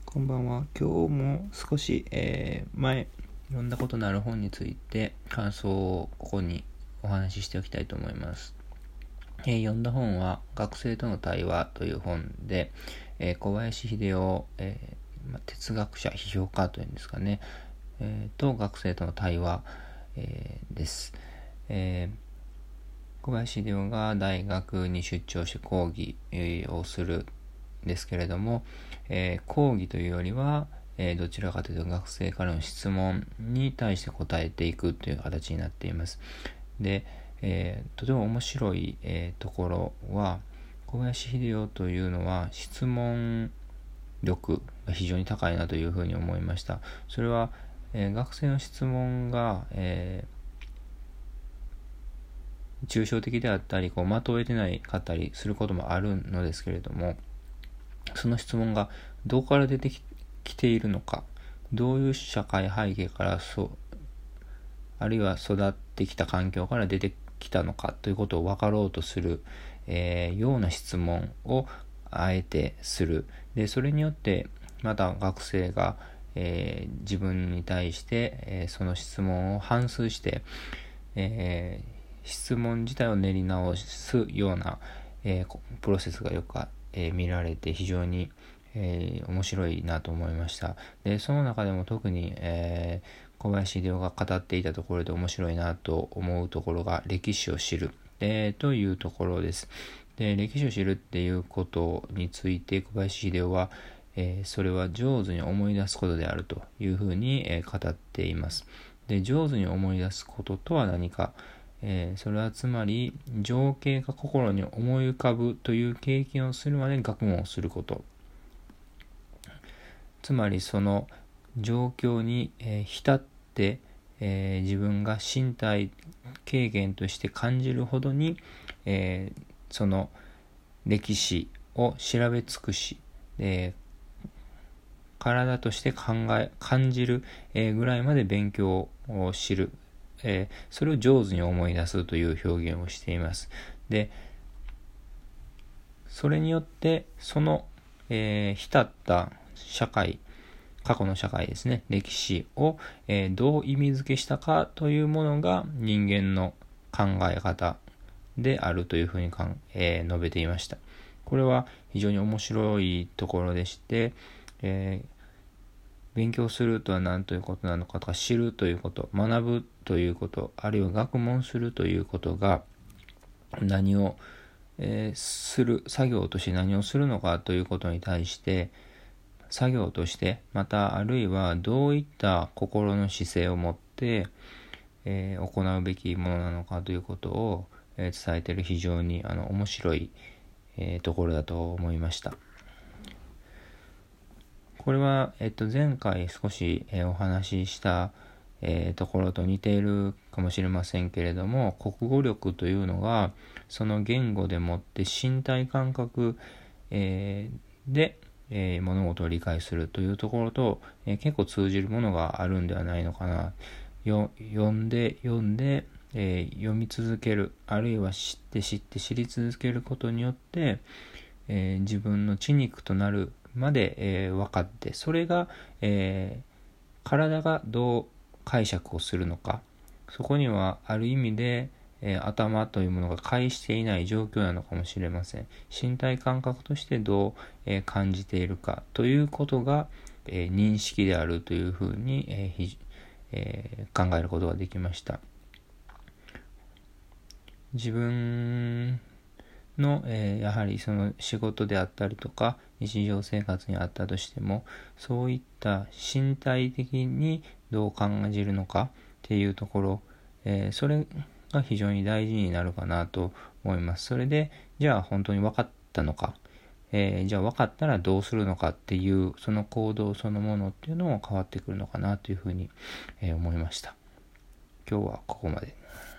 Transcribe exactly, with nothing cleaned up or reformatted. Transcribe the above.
こんばんは。今日も少し、えー前読んだことのある本について感想をここにお話ししておきたいと思います。えー読んだ本は学生との対話という本で、えー小林秀夫、えーまあ、哲学者批評家というんですかね、えーと学生との対話、えーです。えー小林秀夫が大学に出張して講義、えーをするんですけれども、えー講義というよりは、えーどちらかというと学生からの質問に対して答えていくという形になっています。で、えーとても面白い、えーところは、小林秀夫というのは質問力が非常に高いなというふうに思いました。それは、えー学生の質問が、えー抽象的であったり、こう的を得てないかったりすることもあるのですけれども、その質問がどこから出てきているのか、どういう社会背景からそうあるいは育ってきた環境から出てきたのかということを分かろうとする、えー、ような質問をあえてする。でそれによってまた学生が、えー、自分に対して、えー、その質問を反芻して、えー、質問自体を練り直すような、えー、プロセスがよく、えー、見られて非常に、えー、面白いなと思いました。でその中でも特に、えー、小林秀夫が語っていたところで面白いなと思うところが歴史を知る、えー、というところです。で歴史を知るっていうことについて小林秀夫は、えー、それは上手に思い出すことであるというふうに、えー、語っています。で上手に思い出すこととは何か、えー、それはつまり情景が心に思い浮かぶという経験をするまで学問をすること、つまりその状況に、えー、浸って、えー、自分が身体経験として感じるほどに、えー、その歴史を調べ尽くし、えー、体として考え感じる、えー、ぐらいまで勉強を知る、えー、それを上手に思い出すという表現をしています。でそれによってその、えー、浸った社会過去の社会ですね、歴史を、えー、どう意味付けしたかというものが人間の考え方であるというふうにかん、えー、述べていました。これは非常に面白いところでして、えー、勉強するとは何ということなのかとか、知るということ、学ぶということ、あるいは学問するということが何を、えー、する作業として何をするのかということに対して作業として、またあるいはどういった心の姿勢を持って、えー、行うべきものなのかということを、えー、伝えている非常にあの面白い、えー、ところだと思いました。これは、えっと、前回少し、えー、お話しした、えー、ところと似ているかもしれませんけれども、国語力というのがその言語でもって身体感覚、えー、でえー、物事を理解するというところと、えー、結構通じるものがあるんではないのかな。よ読んで読んで、えー、読み続ける、あるいは知って知って知り続けることによって、えー、自分の血肉となるまで、えー、分かって、それが、えー、体がどう解釈をするのか、そこにはある意味でえー、頭というものが介していない状況なのかもしれません。身体感覚としてどう、えー、感じているかということが、えー、認識であるというふうに、えーえー、考えることができました。自分の、えー、やはりその仕事であったりとか日常生活にあったとしても、そういった身体的にどう感じるのかっていうところ、えー、それが非常に大事になるかなと思います。それでじゃあ本当に分かったのか、えー、じゃあ分かったらどうするのかっていうその行動そのものっていうのも変わってくるのかなというふうに、えー、思いました。今日はここまで。